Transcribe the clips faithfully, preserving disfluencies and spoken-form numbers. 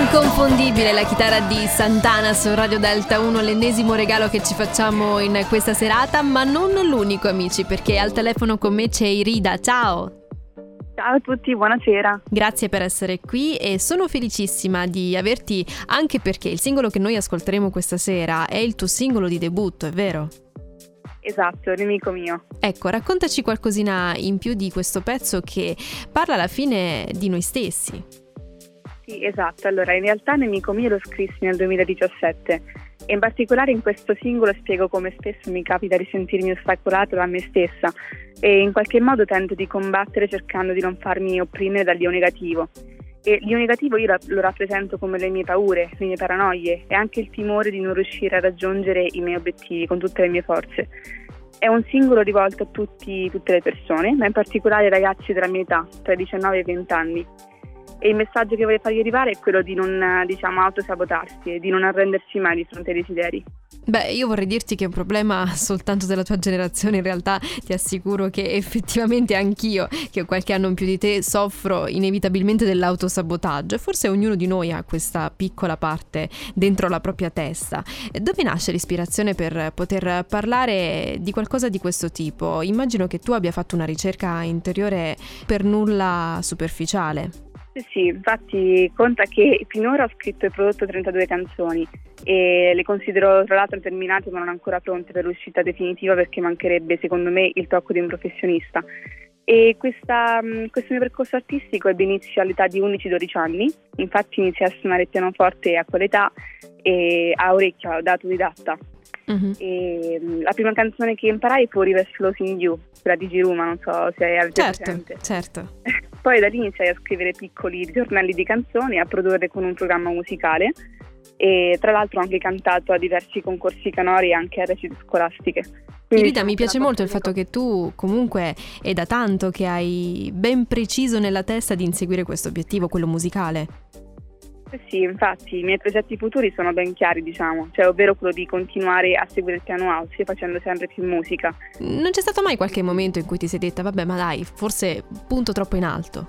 Inconfondibile la chitarra di Santana su Radio Delta uno, l'ennesimo regalo che ci facciamo in questa serata, ma non l'unico, amici, perché al telefono con me c'è Irida. Ciao! Ciao a tutti, buonasera. Grazie per essere qui e sono felicissima di averti, anche perché il singolo che noi ascolteremo questa sera è il tuo singolo di debutto, è vero? Esatto, nemico mio. Ecco, raccontaci qualcosina in più di questo pezzo che parla alla fine di noi stessi. Sì, esatto. Allora, in realtà Nemico mio lo scrissi nel duemiladiciassette e in particolare in questo singolo spiego come spesso mi capita di sentirmi ostacolata da me stessa e in qualche modo tento di combattere cercando di non farmi opprimere dall'io negativo. E l'io negativo io lo rappresento come le mie paure, le mie paranoie e anche il timore di non riuscire a raggiungere i miei obiettivi con tutte le mie forze. È un singolo rivolto a tutti, tutte le persone, ma in particolare ai ragazzi della mia età, tra i diciannove e i venti anni. E il messaggio che voglio fargli arrivare è quello di non, diciamo, autosabotarsi e di non arrendersi mai di fronte ai desideri. Beh, io vorrei dirti che è un problema soltanto della tua generazione, in realtà ti assicuro che effettivamente anch'io, che ho qualche anno in più di te, soffro inevitabilmente dell'autosabotaggio e forse ognuno di noi ha questa piccola parte dentro la propria testa. Dove nasce l'ispirazione per poter parlare di qualcosa di questo tipo? Immagino che tu abbia fatto una ricerca interiore per nulla superficiale. Sì, infatti conta che finora ho scritto e prodotto trentadue canzoni e le considero tra l'altro terminate ma non ancora pronte per l'uscita definitiva perché mancherebbe secondo me il tocco di un professionista. E questa, questo mio percorso artistico ebbe inizio all'età di undici dodici anni, infatti iniziai a suonare il pianoforte a quell'età e a orecchio da autodidatta. Uh-huh. E la prima canzone che imparai fu Rivers Flows in You, quella di Giruma, non so se avete certo, presente. Certo. Poi da lì iniziai a scrivere piccoli ritornelli di canzoni, a produrre con un programma musicale e tra l'altro ho anche cantato a diversi concorsi canori e anche a recite scolastiche. Quindi Irida, mi piace molto il fatto che tu comunque è da tanto che hai ben preciso nella testa di inseguire questo obiettivo, quello musicale. Sì, infatti i miei progetti futuri sono ben chiari, diciamo, cioè ovvero quello di continuare a seguire il piano house facendo sempre più musica. Non c'è stato mai qualche momento in cui ti sei detta vabbè ma dai, forse punto troppo in alto?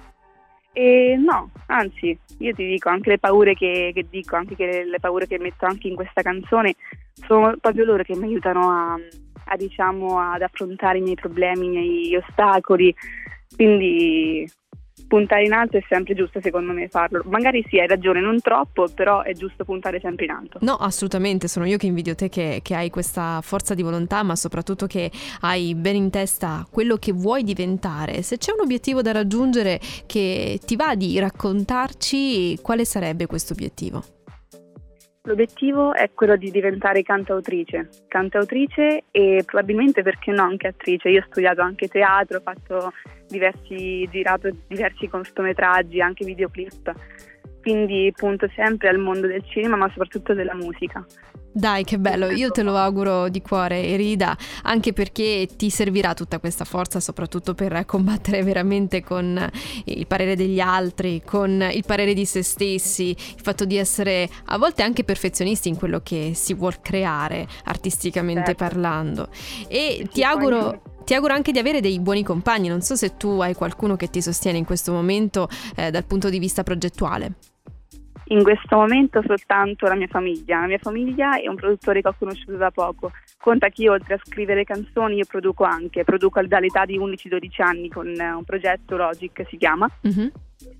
E no, anzi, io ti dico, anche le paure che, che dico, anche che le paure che metto anche in questa canzone sono proprio loro che mi aiutano a, a diciamo ad affrontare i miei problemi, i miei ostacoli, quindi puntare in alto è sempre giusto secondo me farlo. Magari sì, hai ragione, non troppo, però è giusto puntare sempre in alto. No, assolutamente, sono io che invidio te che, che hai questa forza di volontà, ma soprattutto che hai ben in testa quello che vuoi diventare. Se c'è un obiettivo da raggiungere che ti va di raccontarci, quale sarebbe questo obiettivo? L'obiettivo è quello di diventare cantautrice, cantautrice e probabilmente perché no anche attrice. Io ho studiato anche teatro, ho fatto diversi, girato diversi cortometraggi, anche videoclip, quindi punto sempre al mondo del cinema ma soprattutto della musica. Dai, che bello, io te lo auguro di cuore, Irida, anche perché ti servirà tutta questa forza soprattutto per combattere veramente con il parere degli altri, con il parere di se stessi, il fatto di essere a volte anche perfezionisti in quello che si vuol creare artisticamente certo. parlando. E ti auguro... Ti auguro anche di avere dei buoni compagni, non so se tu hai qualcuno che ti sostiene in questo momento eh, dal punto di vista progettuale. In questo momento soltanto la mia famiglia. La mia famiglia è un produttore che ho conosciuto da poco. Conta che io oltre a scrivere canzoni io produco anche, produco dall'età di undici dodici anni con un progetto Logic si chiama. Uh-huh.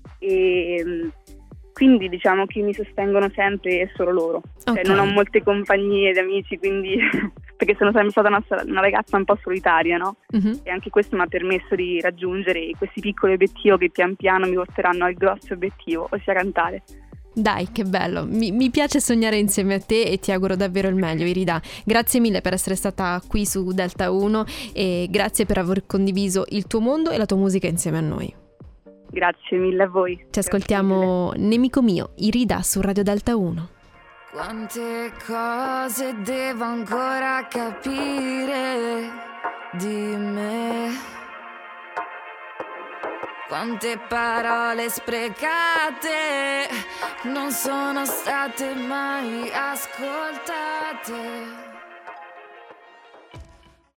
E quindi diciamo che mi sostengono sempre e solo loro. Okay. Cioè, non ho molte compagnie di amici, quindi perché sono sempre stata una, una ragazza un po' solitaria, no? Uh-huh. E anche questo mi ha permesso di raggiungere questi piccoli obiettivi che pian piano mi porteranno al grosso obiettivo, ossia cantare. Dai, che bello, mi, mi piace sognare insieme a te e ti auguro davvero il meglio, Irida. Grazie mille per essere stata qui su Delta uno e grazie per aver condiviso il tuo mondo e la tua musica insieme a noi. Grazie mille a voi. Ci ascoltiamo Nemico mio, Irida su Radio Delta uno. Quante cose devo ancora capire di me, quante parole sprecate non sono state mai ascoltate.